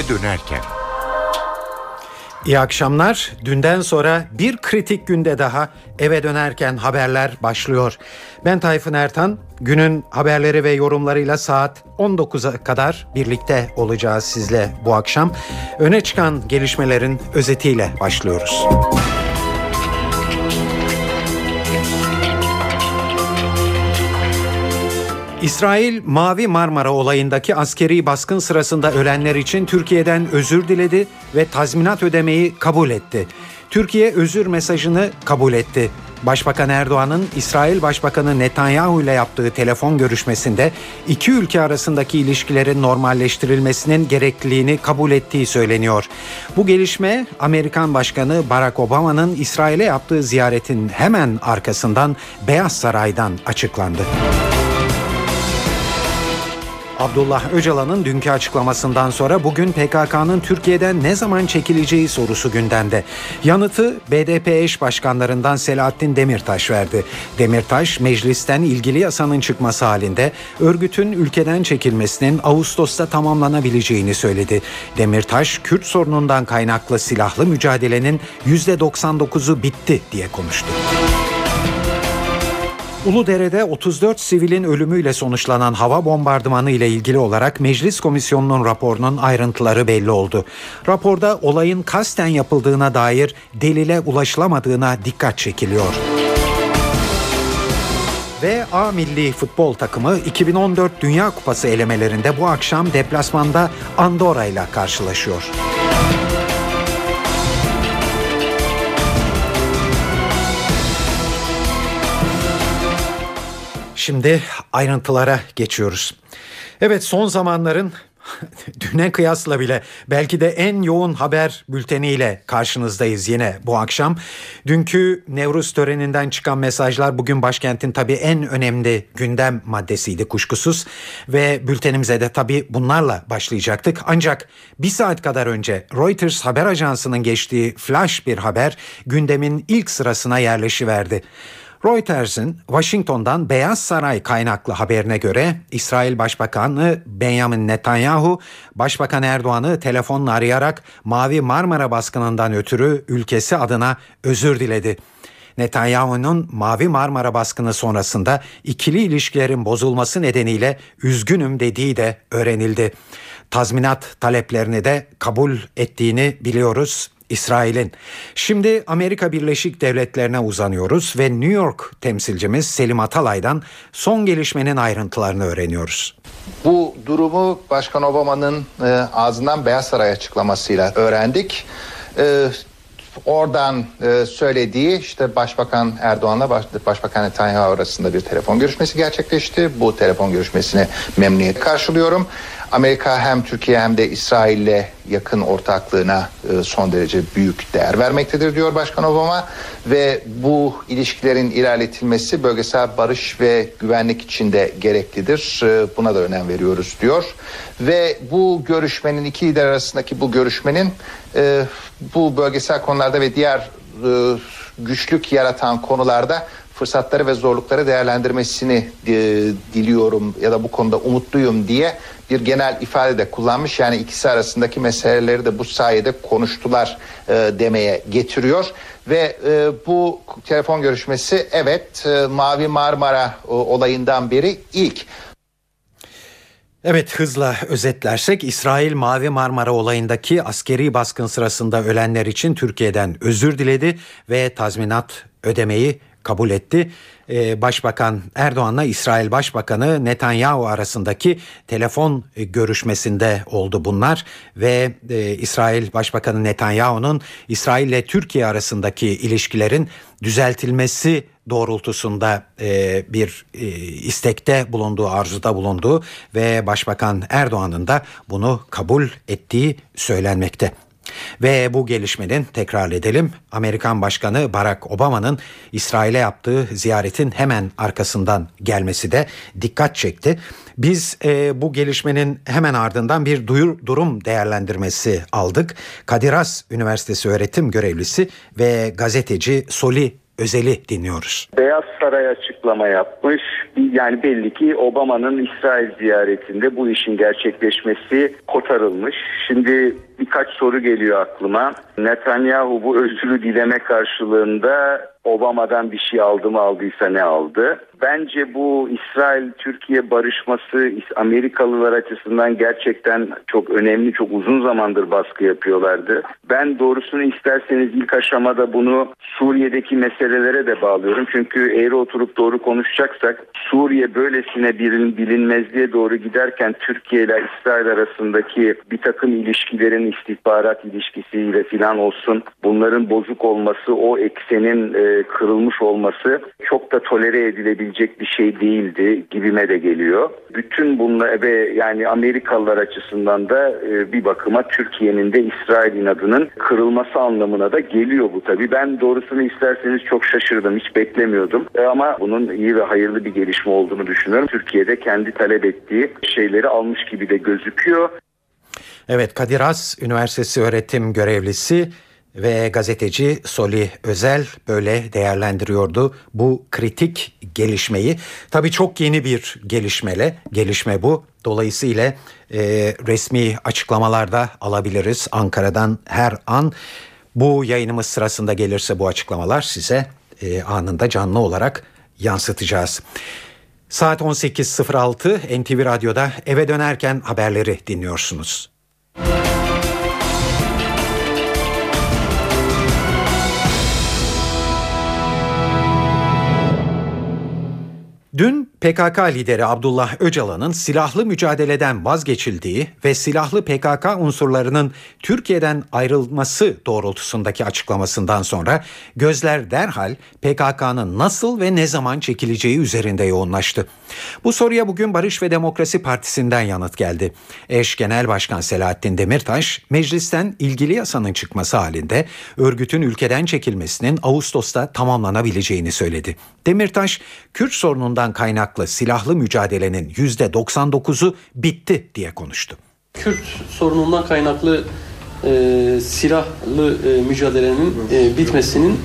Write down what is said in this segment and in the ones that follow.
eve dönerken. İyi akşamlar. Dünden sonra bir kritik günde daha eve dönerken haberler başlıyor. Ben Tayfun Ertan. Günün haberleri ve yorumlarıyla saat 19'a kadar birlikte olacağız sizle bu akşam. Öne çıkan gelişmelerin özetiyle başlıyoruz. İsrail, Mavi Marmara olayındaki askeri baskın sırasında ölenler için Türkiye'den özür diledi ve tazminat ödemeyi kabul etti. Türkiye özür mesajını kabul etti. Başbakan Erdoğan'ın İsrail Başbakanı Netanyahu ile yaptığı telefon görüşmesinde iki ülke arasındaki ilişkilerin normalleştirilmesinin gerekliliğini kabul ettiği söyleniyor. Bu gelişme Amerikan Başkanı Barack Obama'nın İsrail'e yaptığı ziyaretin hemen arkasından Beyaz Saray'dan açıklandı. Abdullah Öcalan'ın dünkü açıklamasından sonra bugün PKK'nın Türkiye'den ne zaman çekileceği sorusu gündemde. Yanıtı BDP eş başkanlarından Selahattin Demirtaş verdi. Demirtaş, meclisten ilgili yasanın çıkması halinde örgütün ülkeden çekilmesinin Ağustos'ta tamamlanabileceğini söyledi. Demirtaş, Kürt sorunundan kaynaklı silahlı mücadelenin %99'u bitti diye konuştu. Uludere'de 34 sivilin ölümüyle sonuçlanan hava bombardımanı ile ilgili olarak Meclis Komisyonu'nun raporunun ayrıntıları belli oldu. Raporda olayın kasten yapıldığına dair delile ulaşılamadığına dikkat çekiliyor. Ve A milli futbol takımı 2014 Dünya Kupası elemelerinde bu akşam deplasmanda Andorra ile karşılaşıyor. Şimdi ayrıntılara geçiyoruz. Evet, son zamanların düne kıyasla bile belki de en yoğun haber bülteniyle karşınızdayız yine bu akşam. Dünkü Nevruz töreninden çıkan mesajlar bugün başkentin tabii en önemli gündem maddesiydi kuşkusuz. Ve bültenimize de tabii bunlarla başlayacaktık. Ancak bir saat kadar önce Reuters haber ajansının geçtiği flash bir haber gündemin ilk sırasına yerleşiverdi. Reuters'ın Washington'dan Beyaz Saray kaynaklı haberine göre İsrail Başbakanı Benjamin Netanyahu, Başbakan Erdoğan'ı telefonla arayarak Mavi Marmara baskınından ötürü ülkesi adına özür diledi. Netanyahu'nun Mavi Marmara baskını sonrasında ikili ilişkilerin bozulması nedeniyle üzgünüm dediği de öğrenildi. Tazminat taleplerini de kabul ettiğini biliyoruz İsrail'in. Şimdi Amerika Birleşik Devletleri'ne uzanıyoruz ve New York temsilcimiz Selim Atalay'dan son gelişmenin ayrıntılarını öğreniyoruz. Bu durumu Başkan Obama'nın ağzından Beyaz Saray açıklamasıyla öğrendik. Oradan söylediği işte Başbakan Erdoğan'la Başbakan Netanyahu arasında bir telefon görüşmesi gerçekleşti. Bu telefon görüşmesini memnuniyetle karşılıyorum. Amerika hem Türkiye hem de İsrail'le yakın ortaklığına son derece büyük değer vermektedir diyor Başkan Obama ve bu ilişkilerin ilerletilmesi bölgesel barış ve güvenlik için de gereklidir. Buna da önem veriyoruz diyor ve bu görüşmenin iki lider arasındaki bu görüşmenin bu bölgesel konularda ve diğer güçlük yaratan konularda fırsatları ve zorlukları değerlendirmesini diliyorum ya da bu konuda umutluyum diye bir genel ifade de kullanmış. Yani ikisi arasındaki meseleleri de bu sayede konuştular demeye getiriyor. Ve bu telefon görüşmesi Mavi Marmara olayından beri ilk. Evet, hızla özetlersek İsrail Mavi Marmara olayındaki askeri baskın sırasında ölenler için Türkiye'den özür diledi ve tazminat ödemeyi kabul etti. Başbakan Erdoğan'la İsrail Başbakanı Netanyahu arasındaki telefon görüşmesinde oldu bunlar ve İsrail Başbakanı Netanyahu'nun İsrail ile Türkiye arasındaki ilişkilerin düzeltilmesi doğrultusunda bir istekte bulunduğu, arzuda bulunduğu ve Başbakan Erdoğan'ın da bunu kabul ettiği söylenmekte. Ve bu gelişmenin, tekrar edelim, Amerikan Başkanı Barack Obama'nın İsrail'e yaptığı ziyaretin hemen arkasından gelmesi de dikkat çekti. Biz bu gelişmenin hemen ardından bir durum değerlendirmesi aldık. Kadir Has Üniversitesi öğretim görevlisi ve gazeteci Soli Özel'i dinliyoruz. Beyaz Saray açıklama yapmış. Yani belli ki Obama'nın İsrail ziyaretinde bu işin gerçekleşmesi kotarılmış. Şimdi birkaç soru geliyor aklıma. Netanyahu bu özrü dileme karşılığında Obama'dan bir şey aldı mı, aldıysa ne aldı? Bence bu İsrail-Türkiye barışması Amerikalılar açısından gerçekten çok önemli, çok uzun zamandır baskı yapıyorlardı. Ben doğrusunu isterseniz ilk aşamada bunu Suriye'deki meselelere de bağlıyorum. Çünkü eğri oturup doğru konuşacaksak Suriye böylesine bilinmezliğe doğru giderken Türkiye ile İsrail arasındaki bir takım ilişkilerin istihbarat ilişkisiyle filan olsun, bunların bozuk olması, o eksenin kırılmış olması çok da tolere edilebilecek bir şey değildi gibime de geliyor. Bütün bunlar ve yani Amerikalılar açısından da bir bakıma Türkiye'nin de İsrail inadının kırılması anlamına da geliyor bu tabii. Ben doğrusunu isterseniz çok şaşırdım, hiç beklemiyordum. Ama bunun iyi ve hayırlı bir gelişme olduğunu düşünüyorum. Türkiye'de kendi talep ettiği şeyleri almış gibi de gözüküyor. Evet, Kadir Has Üniversitesi öğretim görevlisi ve gazeteci Solih Özel böyle değerlendiriyordu bu kritik gelişmeyi. Tabii çok yeni bir gelişme bu. Dolayısıyla resmi açıklamalar da alabiliriz Ankara'dan her an. Bu yayınımız sırasında gelirse bu açıklamalar size anında canlı olarak yansıtacağız. Saat 18.06 NTV Radyo'da eve dönerken haberleri dinliyorsunuz. Dün PKK lideri Abdullah Öcalan'ın silahlı mücadeleden vazgeçildiği ve silahlı PKK unsurlarının Türkiye'den ayrılması doğrultusundaki açıklamasından sonra gözler derhal PKK'nın nasıl ve ne zaman çekileceği üzerinde yoğunlaştı. Bu soruya bugün Barış ve Demokrasi Partisi'nden yanıt geldi. Eş Genel Başkan Selahattin Demirtaş, meclisten ilgili yasanın çıkması halinde örgütün ülkeden çekilmesinin Ağustos'ta tamamlanabileceğini söyledi. Demirtaş, Kürt sorunundan kaynaklı silahlı mücadelenin %99'u bitti diye konuştu. Kürt sorunundan kaynaklı silahlı mücadelenin bitmesinin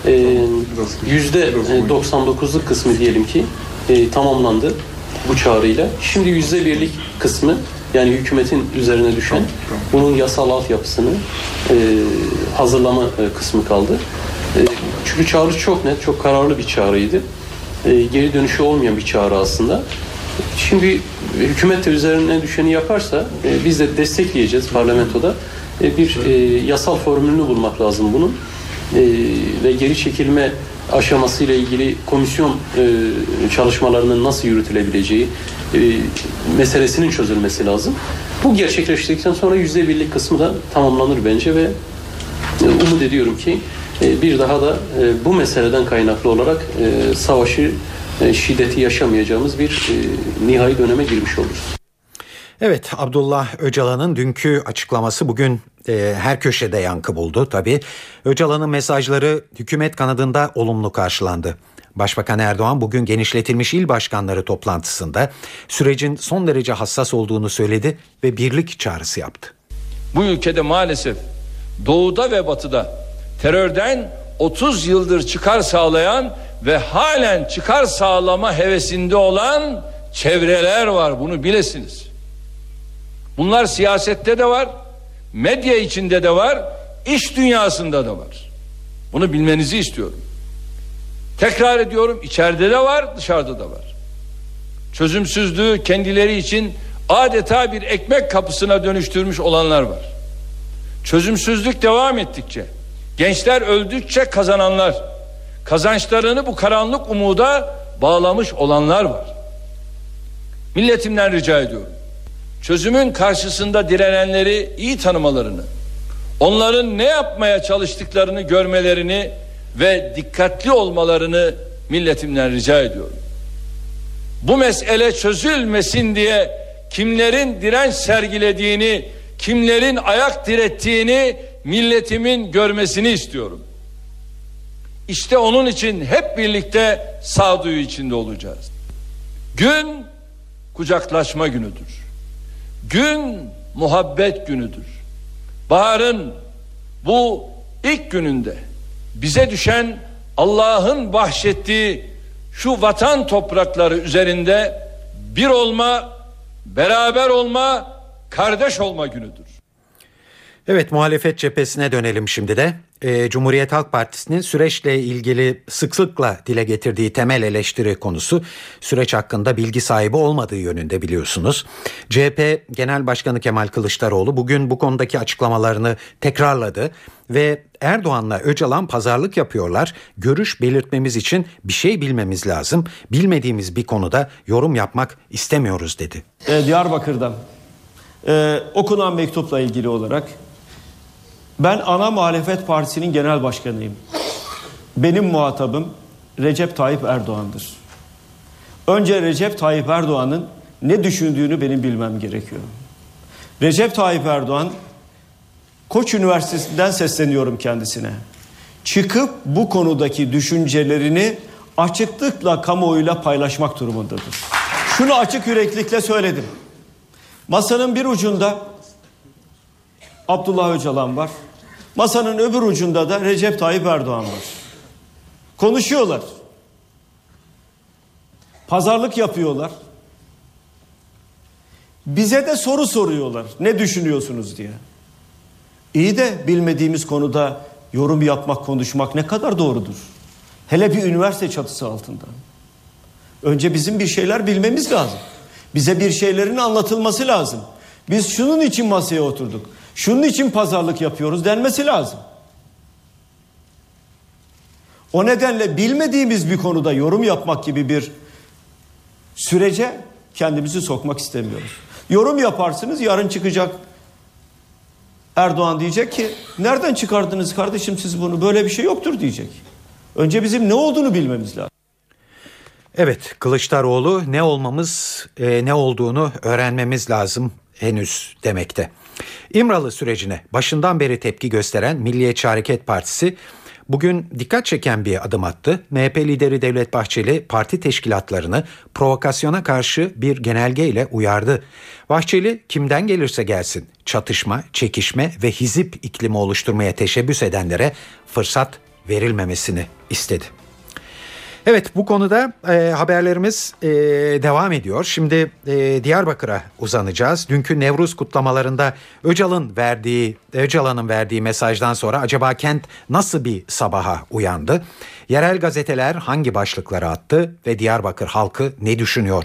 %99'luk kısmı diyelim ki tamamlandı bu çağrıyla. Şimdi %1'lik kısmı, yani hükümetin üzerine düşen bunun yasal altyapısını hazırlama kısmı kaldı. Çünkü çağrı çok net, çok kararlı bir çağrıydı. Geri dönüşü olmayan bir çağrı aslında. Şimdi hükümet de üzerine düşeni yaparsa biz de destekleyeceğiz parlamentoda. Bir yasal formülünü bulmak lazım bunun. Ve geri çekilme aşamasıyla ilgili komisyon çalışmalarının nasıl yürütülebileceği meselesinin çözülmesi lazım. Bu gerçekleştirdikten sonra %1'lik kısmı da tamamlanır bence ve umut ediyorum ki bir daha da bu meseleden kaynaklı olarak savaşı, şiddeti yaşamayacağımız bir nihai döneme girmiş oluruz. Evet, Abdullah Öcalan'ın dünkü açıklaması bugün her köşede yankı buldu tabii. Öcalan'ın mesajları hükümet kanadında olumlu karşılandı. Başbakan Erdoğan bugün genişletilmiş il başkanları toplantısında sürecin son derece hassas olduğunu söyledi ve birlik çağrısı yaptı. Bu ülkede maalesef doğuda ve batıda terörden 30 yıldır çıkar sağlayan ve halen çıkar sağlama hevesinde olan çevreler var, bunu bilesiniz. Bunlar siyasette de var, medya içinde de var, iş dünyasında da var. Bunu bilmenizi istiyorum. Tekrar ediyorum, içeride de var, dışarıda da var. Çözümsüzlüğü kendileri için adeta bir ekmek kapısına dönüştürmüş olanlar var. Çözümsüzlük devam ettikçe, gençler öldükçe kazananlar, kazançlarını bu karanlık umuda bağlamış olanlar var. Milletimden rica ediyorum, çözümün karşısında direnenleri iyi tanımalarını, onların ne yapmaya çalıştıklarını görmelerini ve dikkatli olmalarını milletimden rica ediyorum. Bu mesele çözülmesin diye kimlerin direnç sergilediğini, kimlerin ayak direttiğini milletimin görmesini istiyorum. İşte onun için hep birlikte sağduyu içinde olacağız. Gün kucaklaşma günüdür. Gün muhabbet günüdür. Baharın bu ilk gününde bize düşen Allah'ın bahşettiği şu vatan toprakları üzerinde bir olma, beraber olma, kardeş olma günüdür. Evet, muhalefet cephesine dönelim şimdi de. Cumhuriyet Halk Partisi'nin süreçle ilgili sıklıkla dile getirdiği temel eleştiri konusu süreç hakkında bilgi sahibi olmadığı yönünde, biliyorsunuz. CHP Genel Başkanı Kemal Kılıçdaroğlu bugün bu konudaki açıklamalarını tekrarladı ve Erdoğan'la Öcalan pazarlık yapıyorlar. Görüş belirtmemiz için bir şey bilmemiz lazım. Bilmediğimiz bir konuda yorum yapmak istemiyoruz dedi. Diyarbakır'dan okunan mektupla ilgili olarak, ben ana muhalefet partisinin genel başkanıyım. Benim muhatabım Recep Tayyip Erdoğan'dır. Önce Recep Tayyip Erdoğan'ın ne düşündüğünü benim bilmem gerekiyor. Recep Tayyip Erdoğan, Koç Üniversitesi'nden sesleniyorum kendisine. Çıkıp bu konudaki düşüncelerini açıklıkla kamuoyuyla paylaşmak durumundadır. Şunu açık yüreklilikle söyledim. Masanın bir ucunda Abdullah Öcalan var. Masanın öbür ucunda da Recep Tayyip Erdoğan var. Konuşuyorlar. Pazarlık yapıyorlar. Bize de soru soruyorlar. Ne düşünüyorsunuz diye. İyi de bilmediğimiz konuda yorum yapmak, konuşmak ne kadar doğrudur? Hele bir üniversite çatısı altında. Önce bizim bir şeyler bilmemiz lazım. Bize bir şeylerin anlatılması lazım. Biz şunun için masaya oturduk, şunun için pazarlık yapıyoruz denmesi lazım. O nedenle bilmediğimiz bir konuda yorum yapmak gibi bir sürece kendimizi sokmak istemiyoruz. Yorum yaparsınız, yarın çıkacak Erdoğan diyecek ki nereden çıkardınız kardeşim siz bunu, böyle bir şey yoktur diyecek. Önce bizim ne olduğunu bilmemiz lazım. Evet, Kılıçdaroğlu ne olduğunu öğrenmemiz lazım henüz demekte. İmralı sürecine başından beri tepki gösteren Milliyetçi Hareket Partisi bugün dikkat çeken bir adım attı. MHP lideri Devlet Bahçeli parti teşkilatlarını provokasyona karşı bir genelgeyle uyardı. Bahçeli kimden gelirse gelsin çatışma, çekişme ve hizip iklimi oluşturmaya teşebbüs edenlere fırsat verilmemesini istedi. Evet, bu konuda haberlerimiz devam ediyor. Şimdi Diyarbakır'a uzanacağız. Dünkü Nevruz kutlamalarında Öcalan'ın verdiği mesajdan sonra acaba kent nasıl bir sabaha uyandı? Yerel gazeteler hangi başlıkları attı ve Diyarbakır halkı ne düşünüyor?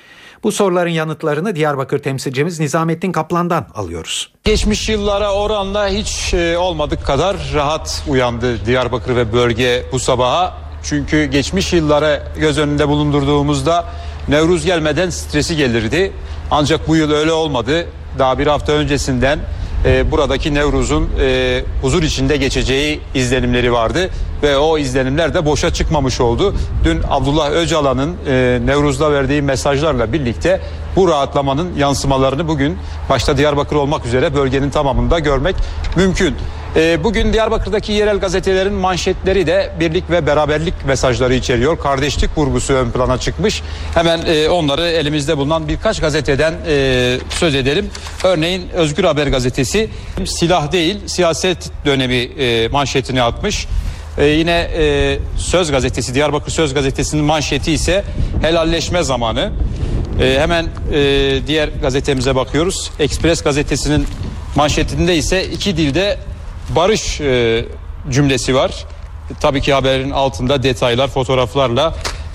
Bu soruların yanıtlarını Diyarbakır temsilcimiz Nizamettin Kaplan'dan alıyoruz. Geçmiş yıllara oranla hiç olmadık kadar rahat uyandı Diyarbakır ve bölge bu sabaha. Çünkü geçmiş yıllara göz önünde bulundurduğumuzda Nevruz gelmeden stresi gelirdi. Ancak bu yıl öyle olmadı. Daha bir hafta öncesinden buradaki Nevruz'un huzur içinde geçeceği izlenimleri vardı. Ve o izlenimler de boşa çıkmamış oldu. Dün Abdullah Öcalan'ın Nevruz'da verdiği mesajlarla birlikte bu rahatlamanın yansımalarını bugün başta Diyarbakır olmak üzere bölgenin tamamında görmek mümkün. Bugün Diyarbakır'daki yerel gazetelerin manşetleri de birlik ve beraberlik mesajları içeriyor. Kardeşlik vurgusu ön plana çıkmış. Hemen onları elimizde bulunan birkaç gazeteden söz edelim. Örneğin Özgür Haber gazetesi silah değil siyaset dönemi manşetini atmış. Yine Söz gazetesi, Diyarbakır Söz gazetesinin manşeti ise helalleşme zamanı. Hemen diğer gazetemize bakıyoruz. Ekspres gazetesinin manşetinde ise iki dilde barış cümlesi var. Tabii ki haberin altında detaylar, fotoğraflarla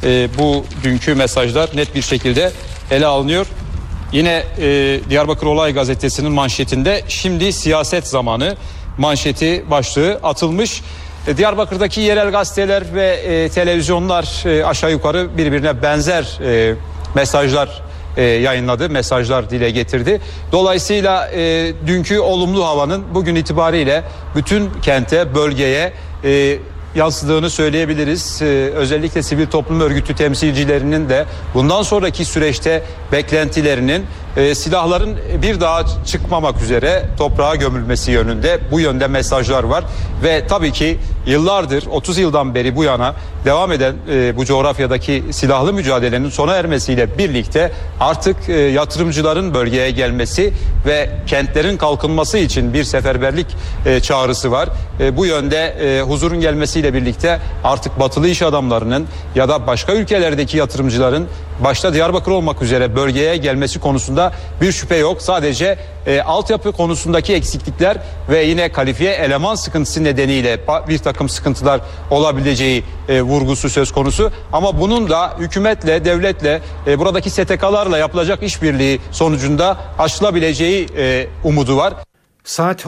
bu dünkü mesajlar net bir şekilde ele alınıyor. Yine Diyarbakır Olay gazetesinin manşetinde şimdi siyaset zamanı manşeti başlığı atılmış. Diyarbakır'daki yerel gazeteler ve televizyonlar aşağı yukarı birbirine benzer mesajlar yayınladı, mesajlar dile getirdi. Dolayısıyla dünkü olumlu havanın bugün itibariyle bütün kente, bölgeye yansıdığını söyleyebiliriz. Özellikle sivil toplum örgütü temsilcilerinin de bundan sonraki süreçte beklentilerinin silahların bir daha çıkmamak üzere toprağa gömülmesi yönünde, bu yönde mesajlar var. Ve tabii ki yıllardır, 30 yıldan beri bu yana devam eden bu coğrafyadaki silahlı mücadelenin sona ermesiyle birlikte artık yatırımcıların bölgeye gelmesi ve kentlerin kalkınması için bir seferberlik çağrısı var. bu yönde huzurun gelmesiyle birlikte artık batılı iş adamlarının ya da başka ülkelerdeki yatırımcıların başta Diyarbakır olmak üzere bölgeye gelmesi konusunda bir şüphe yok. Sadece altyapı konusundaki eksiklikler ve yine kalifiye eleman sıkıntısı nedeniyle bir takım sıkıntılar olabileceği vurgusu söz konusu. Ama bunun da hükümetle, devletle, buradaki STK'larla yapılacak işbirliği sonucunda aşılabileceği umudu var. Saat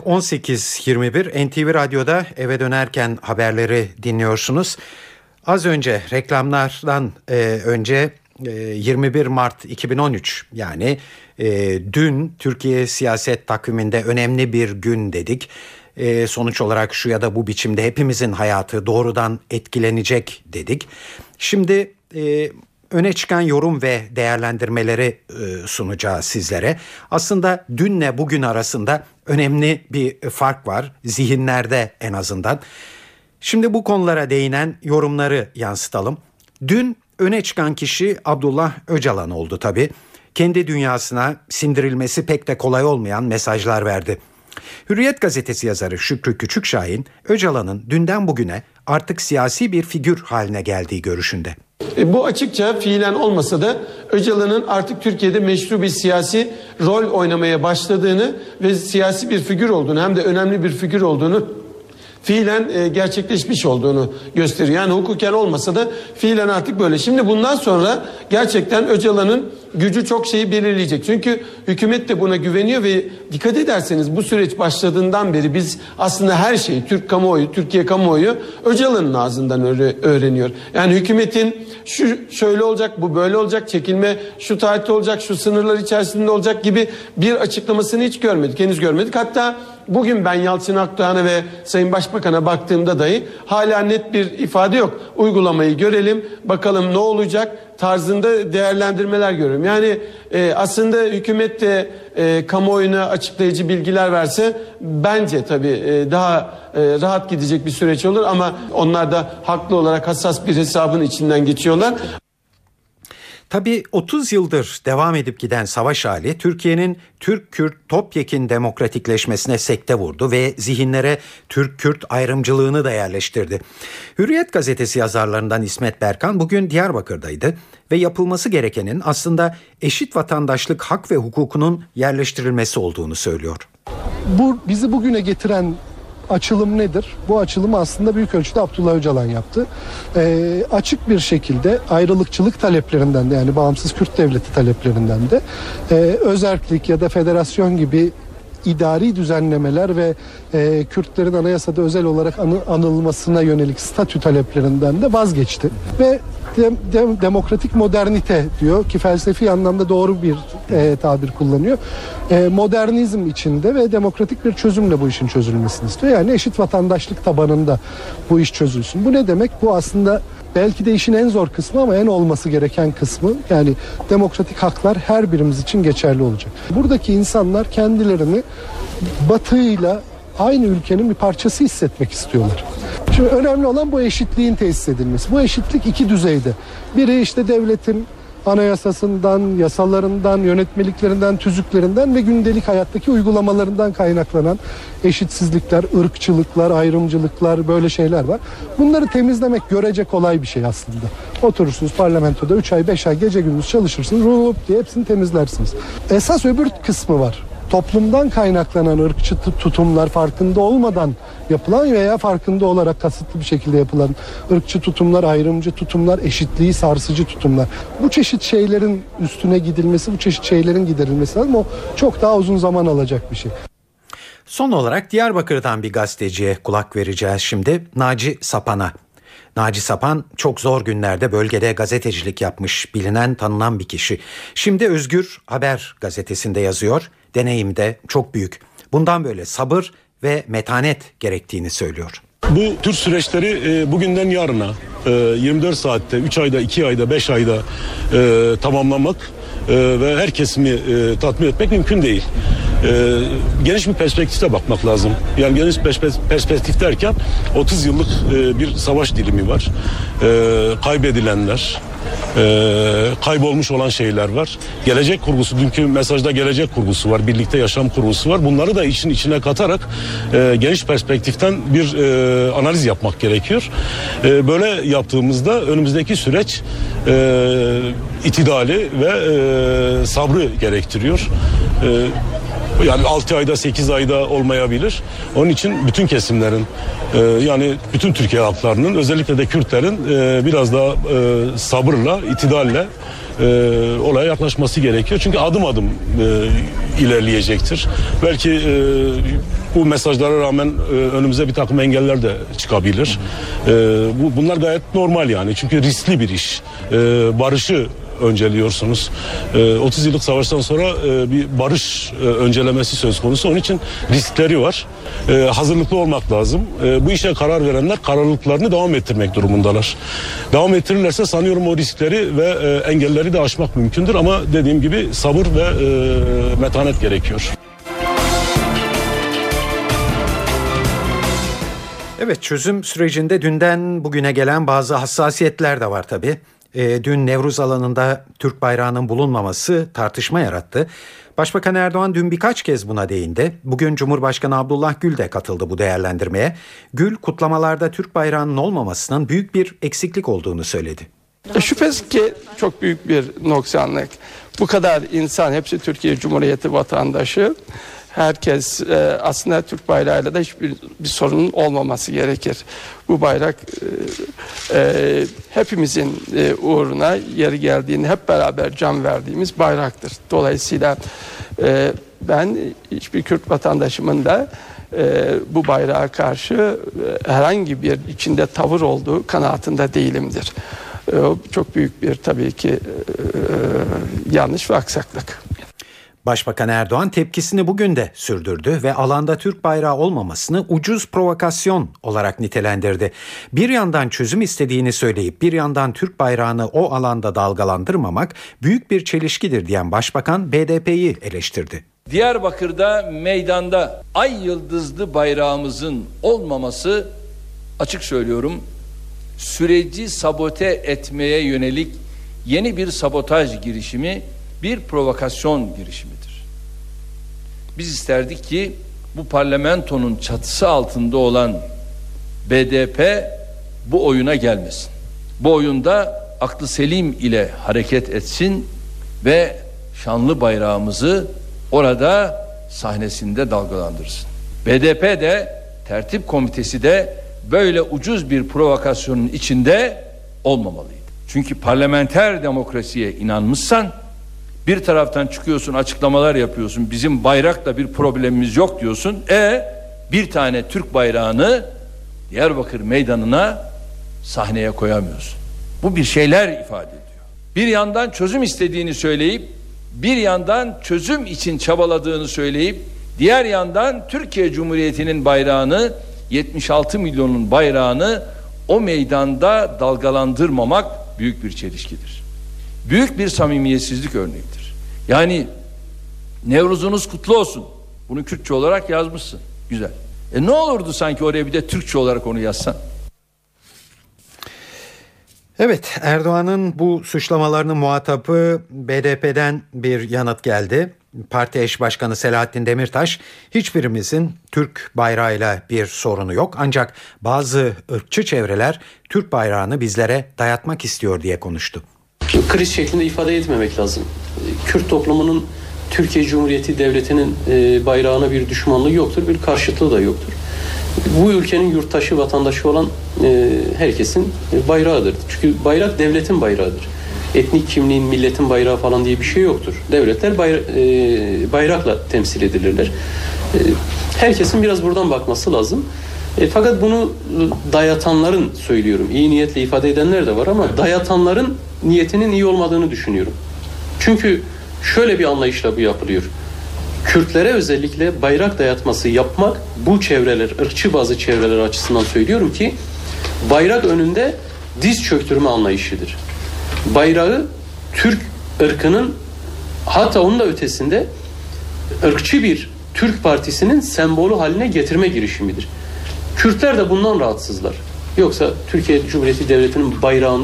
18.21 NTV Radyo'da eve dönerken haberleri dinliyorsunuz. Az önce reklamlardan önce 21 Mart 2013 yani dün Türkiye siyaset takviminde önemli bir gün dedik. Sonuç olarak şu ya da bu biçimde hepimizin hayatı doğrudan etkilenecek dedik. Şimdi öne çıkan yorum ve değerlendirmeleri sunacağız sizlere. Aslında dünle bugün arasında önemli bir fark var zihinlerde en azından. Şimdi bu konulara değinen yorumları yansıtalım. Dün öne çıkan kişi Abdullah Öcalan oldu tabii. Kendi dünyasına sindirilmesi pek de kolay olmayan mesajlar verdi. Hürriyet gazetesi yazarı Şükrü Küçükşahin, Öcalan'ın dünden bugüne artık siyasi bir figür haline geldiği görüşünde. Bu açıkça fiilen olmasa da Öcalan'ın artık Türkiye'de meşru bir siyasi rol oynamaya başladığını ve siyasi bir figür olduğunu hem de önemli bir figür olduğunu fiilen gerçekleşmiş olduğunu gösteriyor. Yani hukuken olmasa da fiilen artık böyle. Şimdi bundan sonra gerçekten Öcalan'ın gücü çok şeyi belirleyecek. Çünkü hükümet de buna güveniyor ve dikkat ederseniz bu süreç başladığından beri biz aslında her şeyi Türkiye kamuoyu Öcalan'ın ağzından öğreniyor. Yani hükümetin şu şöyle olacak, bu böyle olacak, çekilme şu tarihte olacak, şu sınırlar içerisinde olacak gibi bir açıklamasını hiç görmedik, henüz görmedik. Hatta bugün ben Yalçın Akdoğan'a ve Sayın Başbakan'a baktığımda dahi hala net bir ifade yok. Uygulamayı görelim, bakalım ne olacak tarzında değerlendirmeler görüyorum. Yani aslında hükümet de kamuoyuna açıklayıcı bilgiler verse bence tabii daha rahat gidecek bir süreç olur ama onlar da haklı olarak hassas bir hesabın içinden geçiyorlar. Tabii 30 yıldır devam edip giden savaş hali Türkiye'nin Türk-Kürt topyekün demokratikleşmesine sekte vurdu ve zihinlere Türk-Kürt ayrımcılığını da yerleştirdi. Hürriyet gazetesi yazarlarından İsmet Berkan bugün Diyarbakır'daydı ve yapılması gerekenin aslında eşit vatandaşlık hak ve hukukunun yerleştirilmesi olduğunu söylüyor. Bizi bugüne getiren açılım nedir? Bu açılımı aslında büyük ölçüde Abdullah Öcalan yaptı. Açık bir şekilde ayrılıkçılık taleplerinden de yani bağımsız Kürt devleti taleplerinden de özerklik ya da federasyon gibi idari düzenlemeler ve Kürtlerin anayasada özel olarak anılmasına yönelik statü taleplerinden de vazgeçti. Ve demokratik modernite diyor ki felsefi anlamda doğru bir tabir kullanıyor. Modernizm içinde ve demokratik bir çözümle bu işin çözülmesini istiyor. Yani eşit vatandaşlık tabanında bu iş çözülsün. Bu ne demek? Bu aslında belki de işin en zor kısmı ama en olması gereken kısmı. Yani demokratik haklar her birimiz için geçerli olacak. Buradaki insanlar kendilerini Batı'yla aynı ülkenin bir parçası hissetmek istiyorlar. Şimdi önemli olan bu eşitliğin tesis edilmesi. Bu eşitlik iki düzeyde. Biri işte devletin anayasasından, yasalarından, yönetmeliklerinden, tüzüklerinden ve gündelik hayattaki uygulamalarından kaynaklanan eşitsizlikler, ırkçılıklar, ayrımcılıklar böyle şeyler var. Bunları temizlemek görece kolay bir şey aslında. Oturursunuz parlamentoda 3 ay 5 ay gece gündüz çalışırsınız, rup diye hepsini temizlersiniz. Esas öbür kısmı var. Toplumdan kaynaklanan ırkçı tutumlar farkında olmadan yapılan veya farkında olarak kasıtlı bir şekilde yapılan ırkçı tutumlar, ayrımcı tutumlar, eşitliği sarsıcı tutumlar. Bu çeşit şeylerin üstüne gidilmesi, bu çeşit şeylerin giderilmesi lazım. O çok daha uzun zaman alacak bir şey. Son olarak Diyarbakır'dan bir gazeteciye kulak vereceğiz şimdi. Naci Sapan'a. Naci Sapan çok zor günlerde bölgede gazetecilik yapmış, bilinen, tanınan bir kişi. Şimdi Özgür Haber gazetesinde yazıyor. Deneyim de çok büyük. Bundan böyle sabır ve metanet gerektiğini söylüyor. Bu tür süreçleri bugünden yarına 24 saatte, 3 ayda, 2 ayda, 5 ayda tamamlamak ve her kesimi tatmin etmek mümkün değil. Geniş bir perspektifte bakmak lazım. Yani geniş perspektif derken 30 yıllık bir savaş dilimi var. Kaybedilenler, Kaybolmuş olan şeyler var. Gelecek kurgusu, dünkü mesajda gelecek kurgusu var, birlikte yaşam kurgusu var. Bunları da işin içine katarak geniş perspektiften bir analiz yapmak gerekiyor. Böyle yaptığımızda önümüzdeki süreç itidali ve sabrı gerektiriyor. Yani 6 ayda 8 ayda olmayabilir. Onun için bütün kesimlerin yani bütün Türkiye halklarının, özellikle de Kürtlerin biraz daha sabırla, itidalle olaya yaklaşması gerekiyor. Çünkü adım adım ilerleyecektir. Belki bu mesajlara rağmen önümüze bir takım engeller de çıkabilir. Bunlar gayet normal yani. Çünkü riskli bir iş. Barışı önceliyorsunuz. 30 yıllık savaştan sonra bir barış öncelemesi söz konusu. Onun için riskleri var. Hazırlıklı olmak lazım. Bu işe karar verenler kararlılıklarını devam ettirmek durumundalar. Devam ettirirlerse sanıyorum o riskleri ve engelleri de aşmak mümkündür. Ama dediğim gibi sabır ve metanet gerekiyor. Evet, çözüm sürecinde dünden bugüne gelen bazı hassasiyetler de var tabii. Dün Nevruz alanında Türk bayrağının bulunmaması tartışma yarattı. Başbakan Erdoğan dün birkaç kez buna değindi. Bugün Cumhurbaşkanı Abdullah Gül de katıldı bu değerlendirmeye. Gül, kutlamalarda Türk bayrağının olmamasının büyük bir eksiklik olduğunu söyledi. Şüphesiz ki çok büyük bir noksanlık. Bu kadar insan, hepsi Türkiye Cumhuriyeti vatandaşı. Herkes aslında Türk bayrağıyla da hiçbir sorunun olmaması gerekir. Bu bayrak hepimizin uğruna yeri geldiğinde hep beraber can verdiğimiz bayraktır. Dolayısıyla ben hiçbir Kürt vatandaşımın da bu bayrağa karşı herhangi bir içinde tavır olduğu kanaatinde değilimdir. Çok büyük bir tabii ki yanlış ve aksaklık. Başbakan Erdoğan tepkisini bugün de sürdürdü ve alanda Türk bayrağı olmamasını ucuz provokasyon olarak nitelendirdi. Bir yandan çözüm istediğini söyleyip bir yandan Türk bayrağını o alanda dalgalandırmamak büyük bir çelişkidir diyen Başbakan BDP'yi eleştirdi. Diyarbakır'da meydanda ay yıldızlı bayrağımızın olmaması, açık söylüyorum, süreci sabote etmeye yönelik yeni bir sabotaj girişimi, bir provokasyon girişimidir. Biz isterdik ki bu parlamentonun çatısı altında olan BDP bu oyuna gelmesin. Bu oyunda aklı selim ile hareket etsin ve şanlı bayrağımızı orada sahnesinde dalgalandırsın. BDP de, tertip komitesi de böyle ucuz bir provokasyonun içinde olmamalıydı. Çünkü parlamenter demokrasiye inanmışsan, bir taraftan çıkıyorsun, açıklamalar yapıyorsun, bizim bayrakla bir problemimiz yok diyorsun. Bir tane Türk bayrağını Diyarbakır meydanına sahneye koyamıyorsun. Bu bir şeyler ifade ediyor. Bir yandan çözüm istediğini söyleyip, bir yandan çözüm için çabaladığını söyleyip, diğer yandan Türkiye Cumhuriyeti'nin bayrağını, 76 milyonun bayrağını o meydanda dalgalandırmamak büyük bir çelişkidir. Büyük bir samimiyetsizlik örneğidir. Yani Nevruz'unuz kutlu olsun. Bunu Kürtçe olarak yazmışsın. Güzel. Ne olurdu sanki oraya bir de Türkçe olarak onu yazsan? Evet, Erdoğan'ın bu suçlamalarının muhatabı BDP'den bir yanıt geldi. Parti eş başkanı Selahattin Demirtaş, hiçbirimizin Türk bayrağıyla bir sorunu yok. Ancak bazı ırkçı çevreler Türk bayrağını bizlere dayatmak istiyor diye konuştu. Kriz şeklinde ifade etmemek lazım. Kürt toplumunun Türkiye Cumhuriyeti Devleti'nin bayrağına bir düşmanlığı yoktur, bir karşıtlığı da yoktur. Bu ülkenin yurttaşı, vatandaşı olan herkesin bayrağıdır. Çünkü bayrak devletin bayrağıdır. Etnik kimliğin, milletin bayrağı falan diye bir şey yoktur. Devletler bayrakla temsil edilirler. Herkesin biraz buradan bakması lazım. Fakat bunu dayatanların, söylüyorum, iyi niyetle ifade edenler de var ama dayatanların niyetinin iyi olmadığını düşünüyorum. Çünkü şöyle bir anlayışla bu yapılıyor. Kürtlere özellikle bayrak dayatması yapmak, bu çevreler, ırkçı bazı çevreler açısından söylüyorum ki, bayrak önünde diz çöktürme anlayışıdır. Bayrağı Türk ırkının, hatta onun da ötesinde ırkçı bir Türk partisinin sembolü haline getirme girişimidir. Kürtler de bundan rahatsızlar. Yoksa Türkiye Cumhuriyeti Devleti'nin bayrağından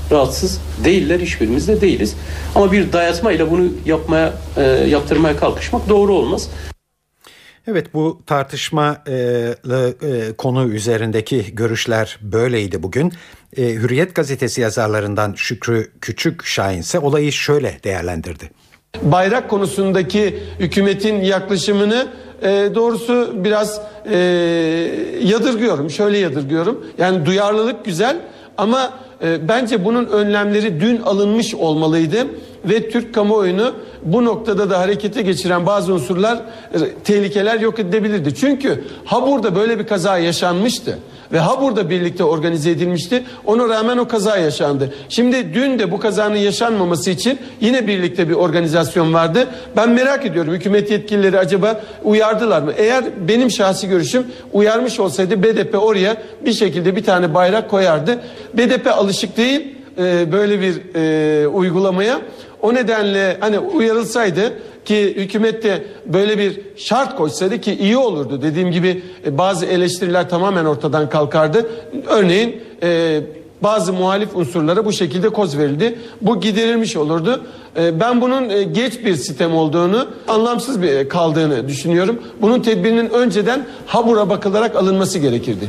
rahatsız değiller, hiçbirimiz de değiliz. Ama bir dayatmayla bunu yaptırmaya kalkışmak doğru olmaz. Evet, bu tartışmalı konu üzerindeki görüşler böyleydi bugün. Hürriyet gazetesi yazarlarından Şükrü Küçükşahin ise olayı şöyle değerlendirdi. Bayrak konusundaki hükümetin yaklaşımını doğrusu biraz yadırgıyorum. Şöyle yadırgıyorum. Yani duyarlılık güzel ama bence bunun önlemleri dün alınmış olmalıydı. Ve Türk kamuoyunu bu noktada da harekete geçiren bazı unsurlar, tehlikeler yok edilebilirdi. Çünkü burada böyle bir kaza yaşanmıştı. Ve burada birlikte organize edilmişti. Ona rağmen o kaza yaşandı. Şimdi dün de bu kazanın yaşanmaması için yine birlikte bir organizasyon vardı. Ben merak ediyorum, hükümet yetkilileri acaba uyardılar mı? Eğer benim şahsi görüşüm uyarmış olsaydı BDP oraya bir şekilde bir tane bayrak koyardı. BDP alışık değil böyle bir uygulamaya. O nedenle hani uyarılsaydı ki hükümet de böyle bir şart koysaydı ki iyi olurdu. Dediğim gibi bazı eleştiriler tamamen ortadan kalkardı. Örneğin bazı muhalif unsurlara bu şekilde koz verildi. Bu giderilmiş olurdu. Ben bunun geç bir sistem olduğunu, anlamsız bir kaldığını düşünüyorum. Bunun tedbirinin önceden habura bakılarak alınması gerekirdi.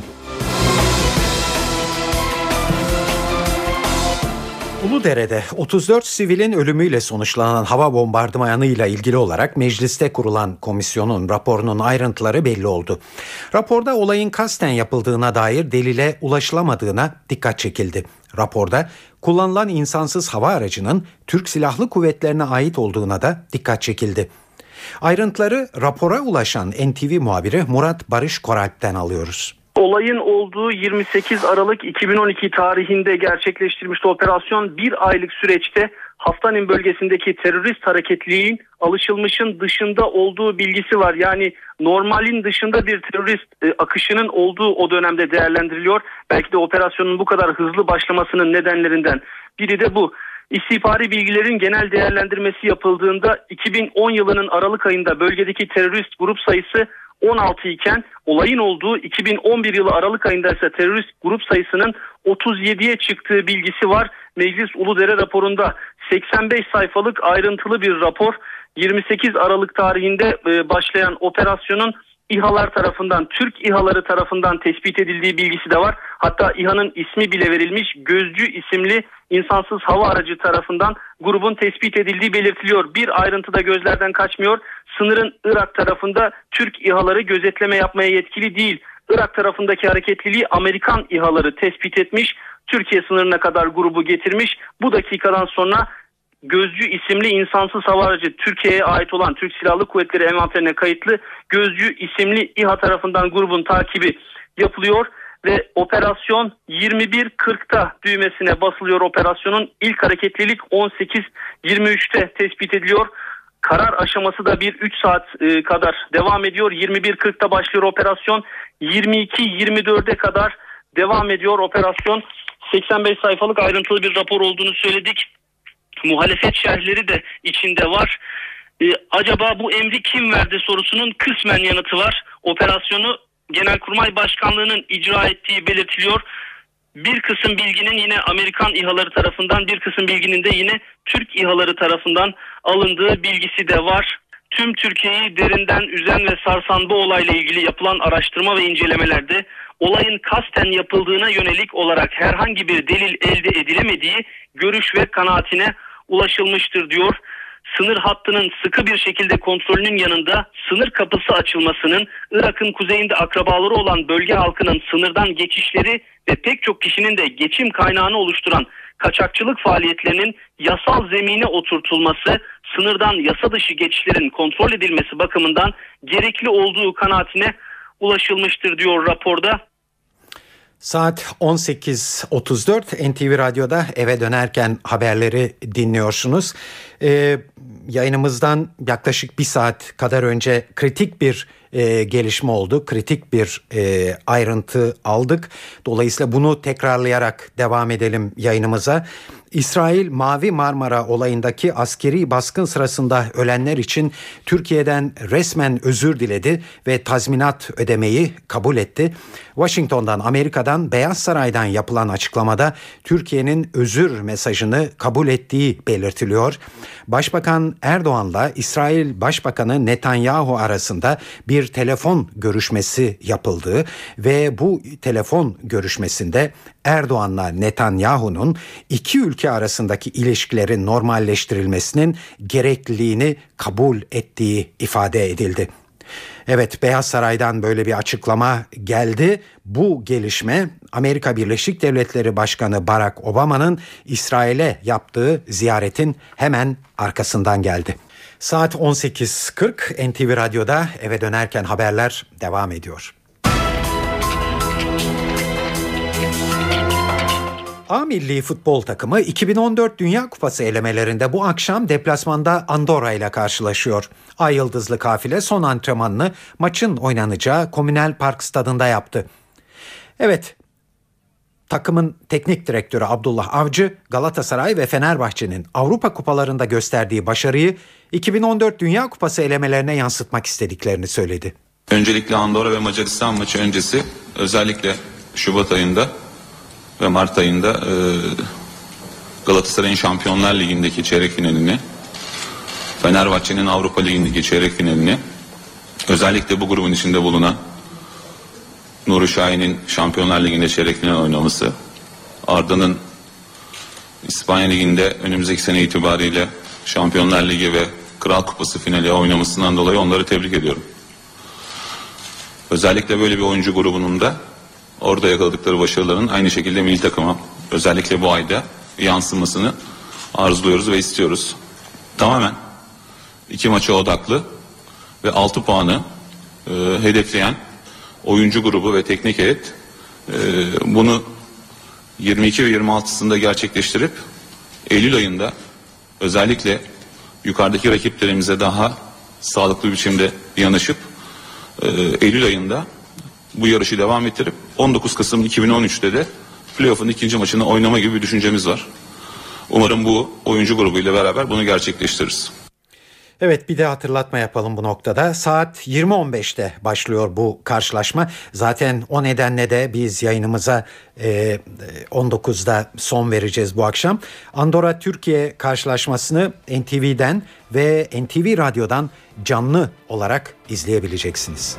Uludere'de 34 sivilin ölümüyle sonuçlanan hava bombardımanıyla ilgili olarak mecliste kurulan komisyonun raporunun ayrıntıları belli oldu. Raporda olayın kasten yapıldığına dair delile ulaşılamadığına dikkat çekildi. Raporda kullanılan insansız hava aracının Türk Silahlı Kuvvetlerine ait olduğuna da dikkat çekildi. Ayrıntıları rapora ulaşan NTV muhabiri Murat Barış Koralp'ten alıyoruz. Olayın olduğu 28 Aralık 2012 tarihinde gerçekleştirilmiş operasyon bir aylık süreçte Haftanin bölgesindeki terörist hareketliliğin alışılmışın dışında olduğu bilgisi var. Yani normalin dışında bir terörist akışının olduğu o dönemde değerlendiriliyor. Belki de operasyonun bu kadar hızlı başlamasının nedenlerinden biri de bu. İstihbari bilgilerin genel değerlendirmesi yapıldığında 2010 yılının Aralık ayında bölgedeki terörist grup sayısı 16 iken olayın olduğu 2011 yılı Aralık ayında ise terörist grup sayısının 37'ye çıktığı bilgisi var. Meclis Uludere raporunda 85 sayfalık ayrıntılı bir rapor. 28 Aralık tarihinde başlayan operasyonun İHA'lar tarafından, Türk İHA'ları tarafından tespit edildiği bilgisi de var. Hatta İHA'nın ismi bile verilmiş, Gözcü isimli insansız hava aracı tarafından grubun tespit edildiği belirtiliyor. Bir ayrıntı da gözlerden kaçmıyor. Sınırın Irak tarafında Türk İHA'ları gözetleme yapmaya yetkili değil. Irak tarafındaki hareketliliği Amerikan İHA'ları tespit etmiş. Türkiye sınırına kadar grubu getirmiş. Bu dakikadan sonra Gözcü isimli insansız hava aracı, Türkiye'ye ait olan Türk Silahlı Kuvvetleri envanterine kayıtlı Gözcü isimli İHA tarafından grubun takibi yapılıyor ve operasyon 21.40'ta düğmesine basılıyor. Operasyonun ilk hareketlilik 18.23'te tespit ediliyor. Karar aşaması da 3 saat kadar devam ediyor. 21.40'ta başlıyor operasyon. 22.24'e kadar devam ediyor operasyon. 85 sayfalık ayrıntılı bir rapor olduğunu söyledik. Muhalefet şerhleri de içinde var. Acaba bu emri kim verdi sorusunun kısmen yanıtı var. Operasyonu Genelkurmay Başkanlığı'nın icra ettiği belirtiliyor. Bir kısım bilginin yine Amerikan İHA'ları tarafından, bir kısım bilginin de yine Türk İHA'ları tarafından alındığı bilgisi de var. Tüm Türkiye'yi derinden üzen ve sarsan bu olayla ilgili yapılan araştırma ve incelemelerde olayın kasten yapıldığına yönelik olarak herhangi bir delil elde edilemediği görüş ve kanaatine ulaşılmıştır diyor. Sınır hattının sıkı bir şekilde kontrolünün yanında sınır kapısı açılmasının, Irak'ın kuzeyinde akrabaları olan bölge halkının sınırdan geçişleri ve pek çok kişinin de geçim kaynağını oluşturan kaçakçılık faaliyetlerinin yasal zemine oturtulması, sınırdan yasa dışı geçişlerin kontrol edilmesi bakımından gerekli olduğu kanaatine ulaşılmıştır diyor raporda. Saat 18.34 NTV Radyo'da eve dönerken haberleri dinliyorsunuz. Yayınımızdan yaklaşık bir saat kadar önce kritik bir gelişme oldu. Kritik bir ayrıntı aldık. Dolayısıyla bunu tekrarlayarak devam edelim yayınımıza. İsrail Mavi Marmara olayındaki askeri baskın sırasında ölenler için Türkiye'den resmen özür diledi ve tazminat ödemeyi kabul etti. Washington'dan, Amerika'dan, Beyaz Saray'dan yapılan açıklamada Türkiye'nin özür mesajını kabul ettiği belirtiliyor. Başbakan Erdoğan'la İsrail Başbakanı Netanyahu arasında bir telefon görüşmesi yapıldı ve bu telefon görüşmesinde Erdoğan'la Netanyahu'nun iki ülke arasındaki ilişkilerin normalleştirilmesinin gerekliliğini kabul ettiği ifade edildi. Evet, Beyaz Saray'dan böyle bir açıklama geldi. Bu gelişme Amerika Birleşik Devletleri Başkanı Barack Obama'nın İsrail'e yaptığı ziyaretin hemen arkasından geldi. Saat 18.40 NTV Radyo'da eve dönerken haberler devam ediyor. A milli futbol takımı 2014 Dünya Kupası elemelerinde bu akşam deplasmanda Andorra ile karşılaşıyor. Ay Yıldızlı kafile son antrenmanını maçın oynanacağı Communal Park stadında yaptı. Evet, takımın teknik direktörü Abdullah Avcı, Galatasaray ve Fenerbahçe'nin Avrupa kupalarında gösterdiği başarıyı 2014 Dünya Kupası elemelerine yansıtmak istediklerini söyledi. Öncelikle Andorra ve Macaristan maçı öncesi özellikle Şubat ayında ve Mart ayında Galatasaray'ın Şampiyonlar Ligi'ndeki çeyrek finalini, Fenerbahçe'nin Avrupa Ligi'ndeki çeyrek finalini, özellikle bu grubun içinde bulunan Nuri Şahin'in Şampiyonlar Ligi'nde çeyrek final oynaması, Arda'nın İspanya Ligi'nde önümüzdeki sene itibariyle Şampiyonlar Ligi ve Kral Kupası finali oynamasından dolayı onları tebrik ediyorum. Özellikle böyle bir oyuncu grubunun da orada yakaladıkları başarıların aynı şekilde milli takıma özellikle bu ayda yansımasını arzuluyoruz ve istiyoruz. Tamamen iki maça odaklı ve 6 puanı hedefleyen oyuncu grubu ve teknik heyet bunu 22 ve 26'sında gerçekleştirip Eylül ayında özellikle yukarıdaki rakiplerimize daha sağlıklı bir biçimde yanaşıp Eylül ayında bu yarışı devam ettirip 19 Kasım 2013'te de playoff'un ikinci maçını oynama gibi bir düşüncemiz var. Umarım bu oyuncu grubuyla beraber bunu gerçekleştiririz. Evet, bir de hatırlatma yapalım bu noktada. Saat 20.15'te başlıyor bu karşılaşma. Zaten o nedenle de biz yayınımıza 19'da son vereceğiz bu akşam. Andorra Türkiye karşılaşmasını NTV'den ve NTV Radyo'dan canlı olarak izleyebileceksiniz.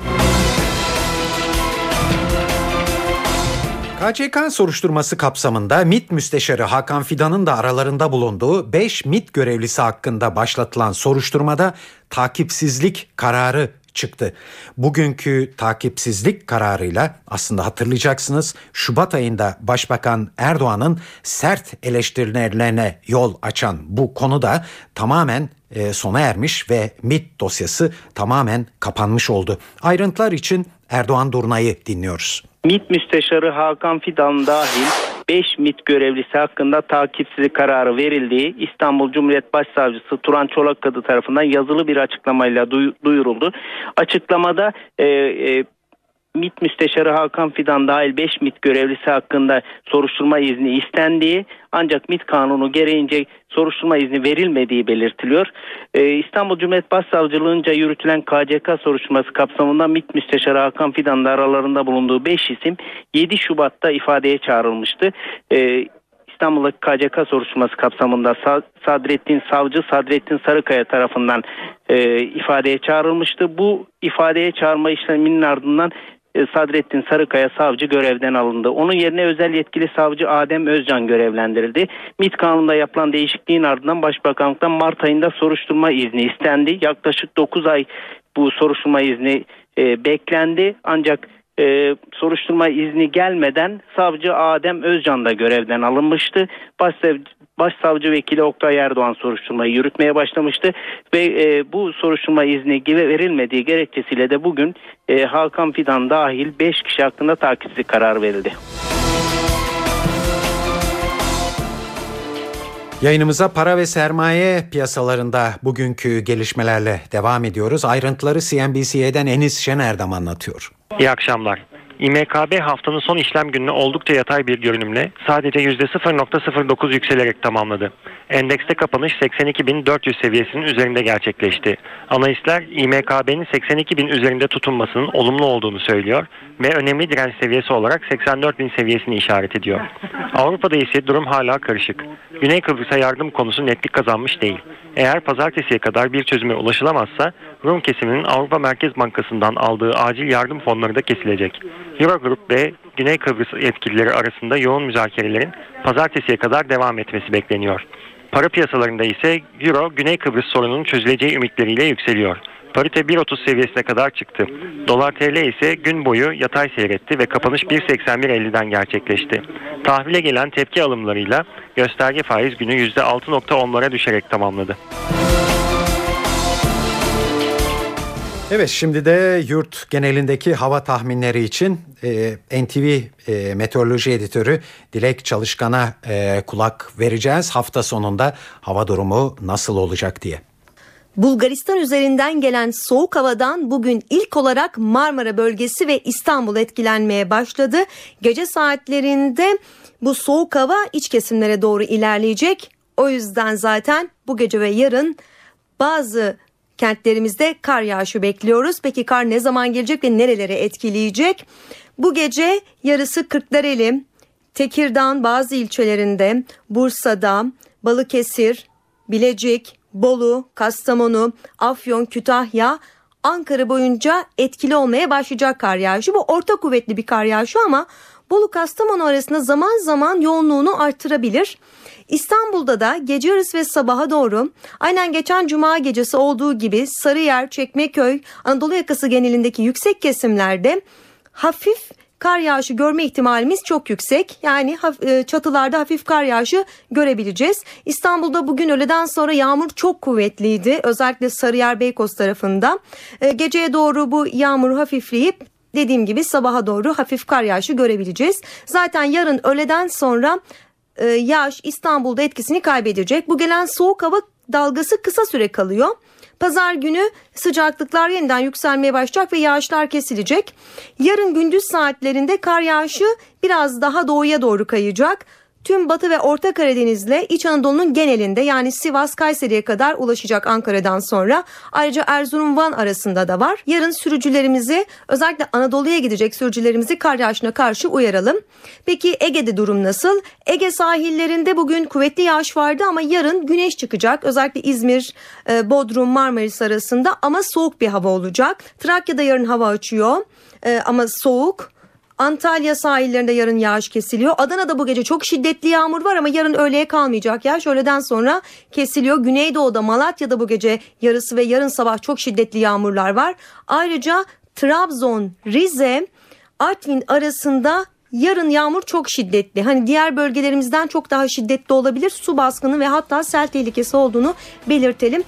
KCK soruşturması kapsamında MİT Müsteşarı Hakan Fidan'ın da aralarında bulunduğu 5 MİT görevlisi hakkında başlatılan soruşturmada takipsizlik kararı çıktı. Bugünkü takipsizlik kararıyla aslında hatırlayacaksınız, Şubat ayında Başbakan Erdoğan'ın sert eleştirilerine yol açan bu konu da tamamen sona ermiş ve MİT dosyası tamamen kapanmış oldu. Ayrıntılar için Erdoğan Durnay'ı dinliyoruz. MİT Müsteşarı Hakan Fidan dahil 5 MİT görevlisi hakkında takipsizlik kararı verildiği İstanbul Cumhuriyet Başsavcısı Turan Çolakkadı tarafından yazılı bir açıklamayla duyuruldu. Açıklamada MİT Müsteşarı Hakan Fidan dahil 5 MİT görevlisi hakkında soruşturma izni istendiği, ancak MİT kanunu gereğince soruşturma izni verilmediği belirtiliyor. İstanbul Cumhuriyet Başsavcılığınca yürütülen KCK soruşturması kapsamında MİT Müsteşarı Hakan Fidan'la aralarında bulunduğu 5 isim 7 Şubat'ta ifadeye çağrılmıştı. İstanbul'daki KCK soruşturması kapsamında Sadrettin Sarıkaya tarafından ifadeye çağrılmıştı. Bu ifadeye çağırma işleminin ardından Sadrettin Sarıkaya savcı görevden alındı. Onun yerine özel yetkili savcı Adem Özcan görevlendirildi. MİT kanununda yapılan değişikliğin ardından Başbakanlıktan Mart ayında soruşturma izni istendi. Yaklaşık 9 ay bu soruşturma izni beklendi. Ancak soruşturma izni gelmeden savcı Adem Özcan da görevden alınmıştı. Başsavcı vekili Oktay Erdoğan soruşturmayı yürütmeye başlamıştı ve bu soruşturma izni verilmediği gerekçesiyle de bugün Hakan Fidan dahil 5 kişi hakkında takipsizlik kararı verildi. Yayınımıza para ve sermaye piyasalarında bugünkü gelişmelerle devam ediyoruz. Ayrıntıları CNBC'den Enis Şenerdam anlatıyor. İyi akşamlar. İMKB haftanın son işlem gününü oldukça yatay bir görünümle sadece %0.09 yükselerek tamamladı. Endekste kapanış 82.400 seviyesinin üzerinde gerçekleşti. Analistler İMKB'nin 82.000 üzerinde tutunmasının olumlu olduğunu söylüyor ve önemli direnç seviyesi olarak 84.000 seviyesini işaret ediyor. Avrupa'da ise durum hala karışık. Güney Kıbrıs'a yardım konusu netlik kazanmış değil. Eğer pazartesiye kadar bir çözüme ulaşılamazsa Rum kesiminin Avrupa Merkez Bankası'ndan aldığı acil yardım fonları da kesilecek. Eurogrup ve Güney Kıbrıs yetkilileri arasında yoğun müzakerelerin pazartesiye kadar devam etmesi bekleniyor. Para piyasalarında ise Euro, Güney Kıbrıs sorununun çözüleceği ümitleriyle yükseliyor. Parite 1.30 seviyesine kadar çıktı. Dolar TL ise gün boyu yatay seyretti ve kapanış 1.81.50'den gerçekleşti. Tahvile gelen tepki alımlarıyla gösterge faiz günü %6.10'lara düşerek tamamladı. Evet, şimdi de yurt genelindeki hava tahminleri için NTV Meteoroloji Editörü Dilek Çalışkan'a kulak vereceğiz. Hafta sonunda hava durumu nasıl olacak diye. Bulgaristan üzerinden gelen soğuk havadan bugün ilk olarak Marmara bölgesi ve İstanbul etkilenmeye başladı. Gece saatlerinde bu soğuk hava iç kesimlere doğru ilerleyecek. O yüzden zaten bu gece ve yarın bazı kentlerimizde kar yağışı bekliyoruz. Peki kar ne zaman gelecek ve nerelere etkileyecek? Bu gece yarısı Kırklareli, Tekirdağ bazı ilçelerinde, Bursa'da, Balıkesir, Bilecik, Bolu, Kastamonu, Afyon, Kütahya, Ankara boyunca etkili olmaya başlayacak kar yağışı. Bu orta kuvvetli bir kar yağışı ama Bolu Kastamonu arasında zaman zaman yoğunluğunu artırabilir. İstanbul'da da gece yarısı ve sabaha doğru aynen geçen cuma gecesi olduğu gibi Sarıyer, Çekmeköy, Anadolu yakası genelindeki yüksek kesimlerde hafif kar yağışı görme ihtimalimiz çok yüksek. Yani çatılarda hafif kar yağışı görebileceğiz. İstanbul'da bugün öğleden sonra yağmur çok kuvvetliydi. Özellikle Sarıyer, Beykoz tarafında. Geceye doğru bu yağmur hafifleyip dediğim gibi sabaha doğru hafif kar yağışı görebileceğiz. Zaten yarın öğleden sonra yağış İstanbul'da etkisini kaybedecek. Bu gelen soğuk hava dalgası kısa süre kalıyor. Pazar günü sıcaklıklar yeniden yükselmeye başlayacak ve yağışlar kesilecek. Yarın gündüz saatlerinde kar yağışı biraz daha doğuya doğru kayacak. Tüm Batı ve Orta Karadeniz'le İç Anadolu'nun genelinde yani Sivas, Kayseri'ye kadar ulaşacak Ankara'dan sonra. Ayrıca Erzurum-Van arasında da var. Yarın sürücülerimizi, özellikle Anadolu'ya gidecek sürücülerimizi kar yağışına karşı uyaralım. Peki Ege'de durum nasıl? Ege sahillerinde bugün kuvvetli yağış vardı ama yarın güneş çıkacak. Özellikle İzmir, Bodrum, Marmaris arasında ama soğuk bir hava olacak. Trakya'da yarın hava açıyor ama soğuk. Antalya sahillerinde yarın yağış kesiliyor. Adana'da bu gece çok şiddetli yağmur var ama yarın öğleye kalmayacak yağış. Öğleden sonra kesiliyor. Güneydoğu'da, Malatya'da bu gece yarısı ve yarın sabah çok şiddetli yağmurlar var. Ayrıca Trabzon, Rize, Artvin arasında yarın yağmur çok şiddetli. Hani diğer bölgelerimizden çok daha şiddetli olabilir. Su baskını ve hatta sel tehlikesi olduğunu belirtelim.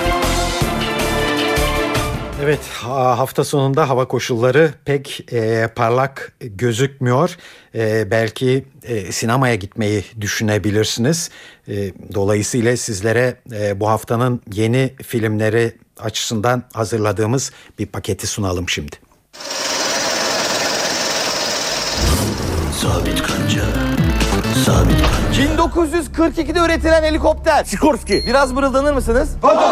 Evet, hafta sonunda hava koşulları pek parlak gözükmüyor. Belki sinemaya gitmeyi düşünebilirsiniz. Dolayısıyla sizlere bu haftanın yeni filmleri açısından hazırladığımız bir paketi sunalım şimdi. Sabit Kanca. Sabit Kanca. 1942'de üretilen helikopter. Sikorsky. Biraz mırıldanır mısınız?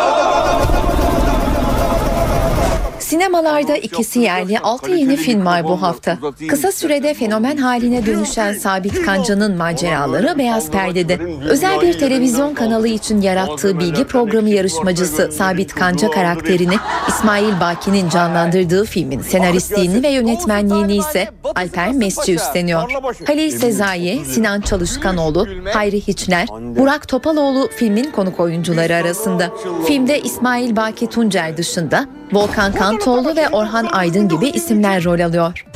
Sinemalarda ikisi yerli 6 yeni film var bu hafta. Kısa sürede fenomen haline dönüşen Sabit Kanca'nın maceraları beyaz perdede. Özel bir televizyon kanalı için yarattığı bilgi programı yarışmacısı Sabit Kanca karakterini İsmail Baki'nin canlandırdığı filmin senaristliğini ve yönetmenliğini ise Alper Mesci üstleniyor. Halil Sezai, Sinan Çalışkanoğlu, Hayri Hiçler, Burak Topaloğlu filmin konuk oyuncuları arasında. Filmde İsmail Baki Tuncer dışında Volkan Kantoğlu ve Orhan Aydın gibi isimler rol alıyor.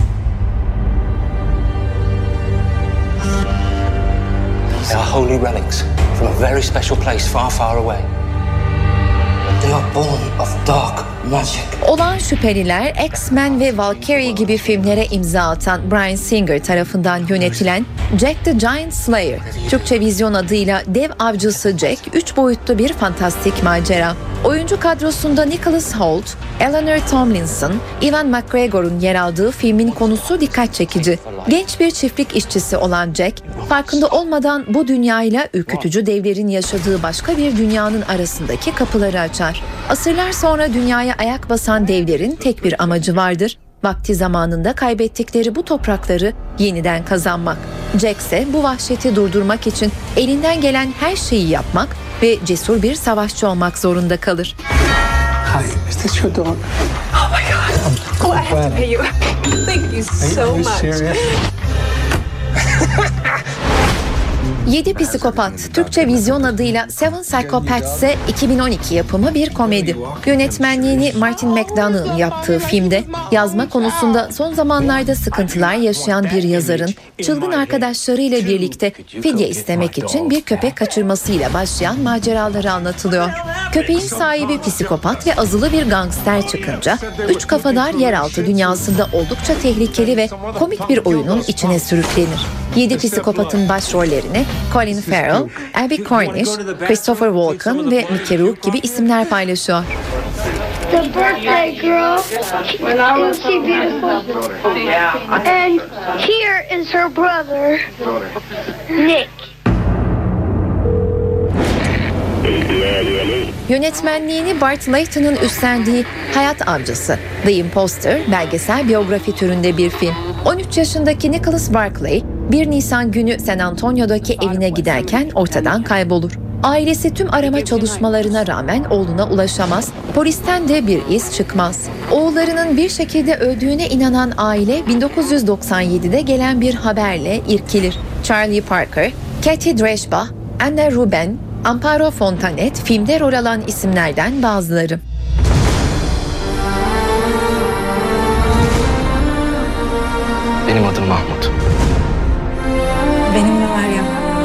They are holy relics from a very special place far, far away. They are born of dark Olağan Şüpheliler, X-Men ve Valkyrie gibi filmlere imza atan Bryan Singer tarafından yönetilen Jack the Giant Slayer, Türkçe vizyon adıyla Dev Avcısı Jack, 3 boyutlu bir fantastik macera. Oyuncu kadrosunda Nicholas Hoult, Eleanor Tomlinson, Ewan McGregor'un yer aldığı filmin konusu dikkat çekici. Genç bir çiftlik işçisi olan Jack, farkında olmadan bu dünyayla ürkütücü devlerin yaşadığı başka bir dünyanın arasındaki kapıları açar. Asırlar sonra dünyaya ayak basan devlerin tek bir amacı vardır: vakti zamanında kaybettikleri bu toprakları yeniden kazanmak. Jack ise bu vahşeti durdurmak için elinden gelen her şeyi yapmak ve cesur bir savaşçı olmak zorunda kalır. Hi, is this your dog? Oh my God. Oh, I have to pay you. Thank you so much. 7 Psikopat, Türkçe vizyon adıyla Seven Psychopaths ise 2012 yapımı bir komedi. Yönetmenliğini Martin McDonagh'ın yaptığı filmde yazma konusunda son zamanlarda sıkıntılar yaşayan bir yazarın çılgın arkadaşlarıyla birlikte fidye istemek için bir köpek kaçırmasıyla başlayan maceraları anlatılıyor. Köpeğin sahibi psikopat ve azılı bir gangster çıkınca üç kafadar yeraltı dünyasında oldukça tehlikeli ve komik bir oyunun içine sürüklenir. 7 Psikopat'ın başrollerini Colin Farrell, Abby Cornish, Christopher Walken ve Mickey Rourke gibi isimler paylaşıyor. The birthday girl, isn't she beautiful? And here is her brother, Nick. Yönetmenliğini Bart Layton'un üstlendiği Hayat Avcısı, The Imposter, belgesel biyografi türünde bir film. 13 yaşındaki Nicholas Barclay, 1 Nisan günü San Antonio'daki evine giderken ortadan kaybolur. Ailesi tüm arama çalışmalarına rağmen oğluna ulaşamaz, polisten de bir iz çıkmaz. Oğullarının bir şekilde öldüğüne inanan aile 1997'de gelen bir haberle irkilir. Charlie Parker, Kathy Dreschbach, Anna Ruben, Amparo Fontanet filmde rol alan isimlerden bazıları. Benim adım Mahmut. Benim de Meryem.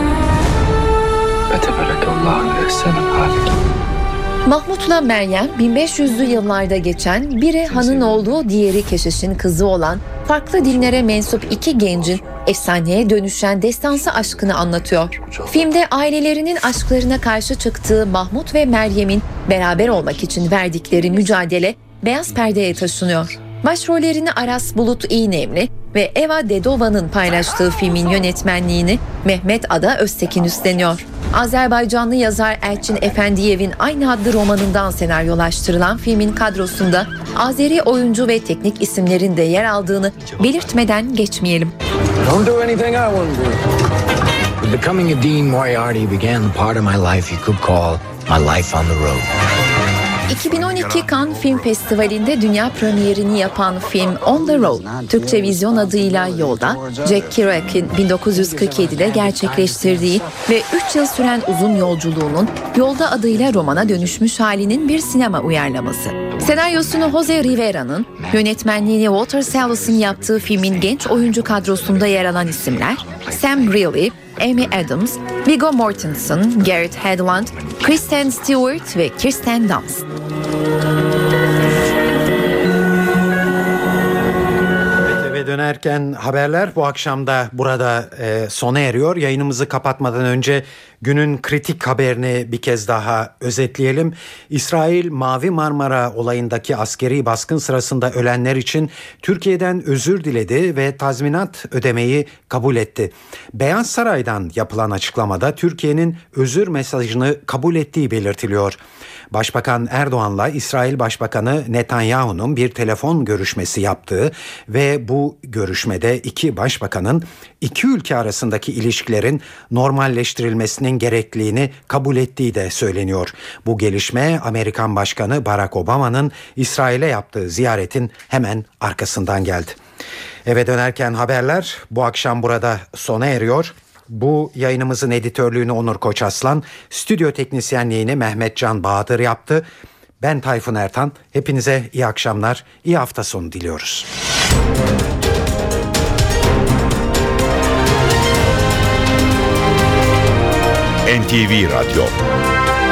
Ve tebarakallahu ehsenul halik. Mahmut'la Meryem 1500'lü yıllarda geçen, biri hanın oğlu, diğeri keşişin kızı olan farklı dinlere mensup iki gencin efsaneye dönüşen destansı aşkını anlatıyor. Filmde ailelerinin aşklarına karşı çıktığı Mahmut ve Meryem'in beraber olmak için verdikleri mücadele beyaz perdeye taşınıyor. Başrollerini Aras Bulut İğnemli ve Eva Dedova'nın paylaştığı filmin yönetmenliğini Mehmet Ada Öztekin üstleniyor. Azerbaycanlı yazar Elçin Efendiyev'in aynı adlı romanından senaryolaştırılan filmin kadrosunda Azeri oyuncu ve teknik isimlerin de yer aldığını belirtmeden geçmeyelim. Don't do anything I wouldn't do. With the coming of Dean Moriarty began the part of my life you could call my life on the road. 2012 Cannes Film Festivali'nde dünya premierini yapan film On the Road, Türkçe vizyon adıyla Yolda, Jack Kerouac'in 1947'de gerçekleştirdiği ve 3 yıl süren uzun yolculuğunun Yolda adıyla romana dönüşmüş halinin bir sinema uyarlaması. Senaryosunu Jose Rivera'nın, yönetmenliğini Walter Sallis'in yaptığı filmin genç oyuncu kadrosunda yer alan isimler Sam Greeley, Amy Adams, Viggo Mortensen, Garrett Hedlund, Kristen Stewart ve Kirsten Dunst. Eve dönerken haberler bu akşam da burada sona eriyor. Yayınımızı kapatmadan önce günün kritik haberini bir kez daha özetleyelim. İsrail Mavi Marmara olayındaki askeri baskın sırasında ölenler için Türkiye'den özür diledi ve tazminat ödemeyi kabul etti. Beyaz Saray'dan yapılan açıklamada Türkiye'nin özür mesajını kabul ettiği belirtiliyor. Başbakan Erdoğan'la İsrail Başbakanı Netanyahu'nun bir telefon görüşmesi yaptığı ve bu görüşmede iki başbakanın iki ülke arasındaki ilişkilerin normalleştirilmesinin gerekliliğini kabul ettiği de söyleniyor. Bu gelişme Amerikan Başkanı Barack Obama'nın İsrail'e yaptığı ziyaretin hemen arkasından geldi. Eve dönerken haberler bu akşam burada sona eriyor. Bu yayınımızın editörlüğünü Onur Koçaslan, stüdyo teknisyenliğini Mehmet Can Bahadır yaptı. Ben Tayfun Ertan. Hepinize iyi akşamlar, iyi hafta sonu diliyoruz. NTV Radyo